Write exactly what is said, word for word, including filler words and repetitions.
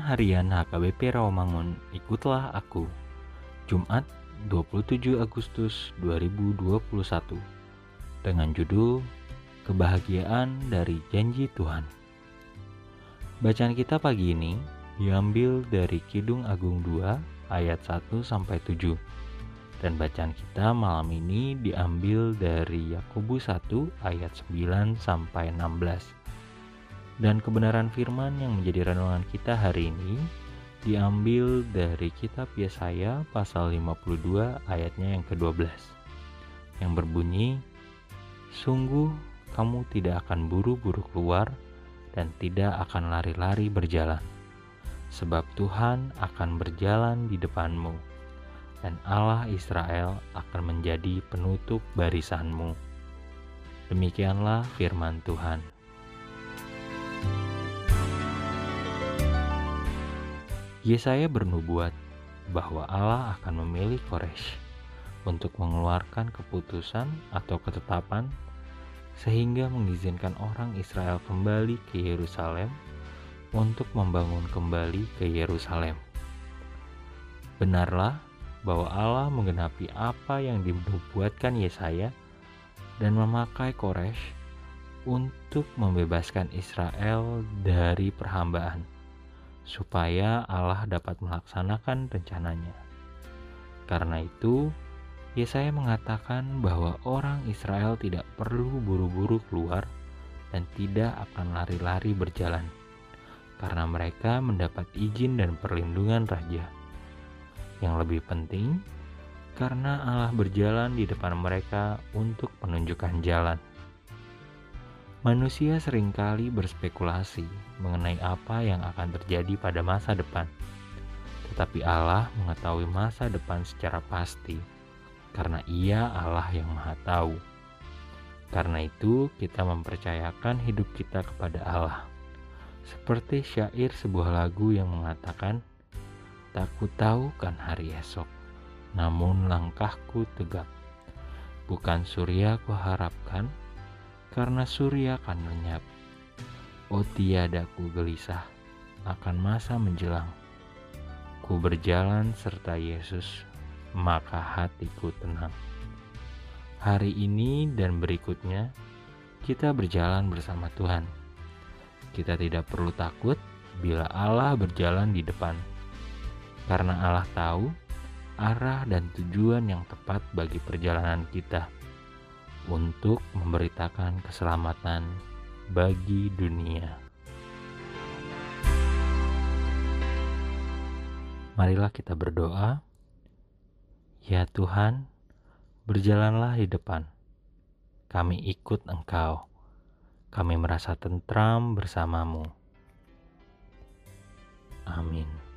Harian H K B P Rawamangun, ikutlah aku. Jumat, dua puluh tujuh Agustus dua ribu dua puluh satu. Dengan judul Kebahagiaan dari Janji Tuhan. Bacaan kita pagi ini diambil dari Kidung Agung dua ayat satu sampai tujuh. Dan bacaan kita malam ini diambil dari Yakobus satu ayat sembilan sampai enam belas. Dan kebenaran firman yang menjadi renungan kita hari ini diambil dari kitab Yesaya pasal lima puluh dua ayatnya yang kedua belas, yang berbunyi, "Sungguh kamu tidak akan buru-buru keluar dan tidak akan lari-lari berjalan, sebab Tuhan akan berjalan di depanmu, dan Allah Israel akan menjadi penutup barisanmu." Demikianlah firman Tuhan. Yesaya bernubuat bahwa Allah akan memilih Quraisy untuk mengeluarkan keputusan atau ketetapan sehingga mengizinkan orang Israel kembali ke Yerusalem untuk membangun kembali ke Yerusalem. Benarlah bahwa Allah menggenapi apa yang dinubuatkan Yesaya dan memakai Quraisy untuk membebaskan Israel dari perhambaan, supaya Allah dapat melaksanakan rencananya. Karena itu, Yesaya mengatakan bahwa orang Israel tidak perlu buru-buru keluar dan tidak akan lari-lari berjalan, karena mereka mendapat izin dan perlindungan Raja. Yang lebih penting, karena Allah berjalan di depan mereka untuk menunjukkan jalan. Manusia seringkali berspekulasi mengenai apa yang akan terjadi pada masa depan. Tetapi Allah mengetahui masa depan secara pasti, karena Ia Allah yang Maha Tahu. Karena itu, kita mempercayakan hidup kita kepada Allah. Seperti syair sebuah lagu yang mengatakan, "Tak ku tahu kan hari esok, namun langkahku tegap. Bukan surya ku harapkan, karena surya akan lenyap. Oh tiada ku gelisah akan masa menjelang. Ku berjalan serta Yesus, maka hatiku tenang." Hari ini dan berikutnya kita berjalan bersama Tuhan. Kita tidak perlu takut bila Allah berjalan di depan, karena Allah tahu arah dan tujuan yang tepat bagi perjalanan kita untuk memberitakan keselamatan bagi dunia. Marilah kita berdoa. Ya Tuhan, berjalanlah di depan. Kami ikut Engkau. Kami merasa tentram bersamamu. Amin.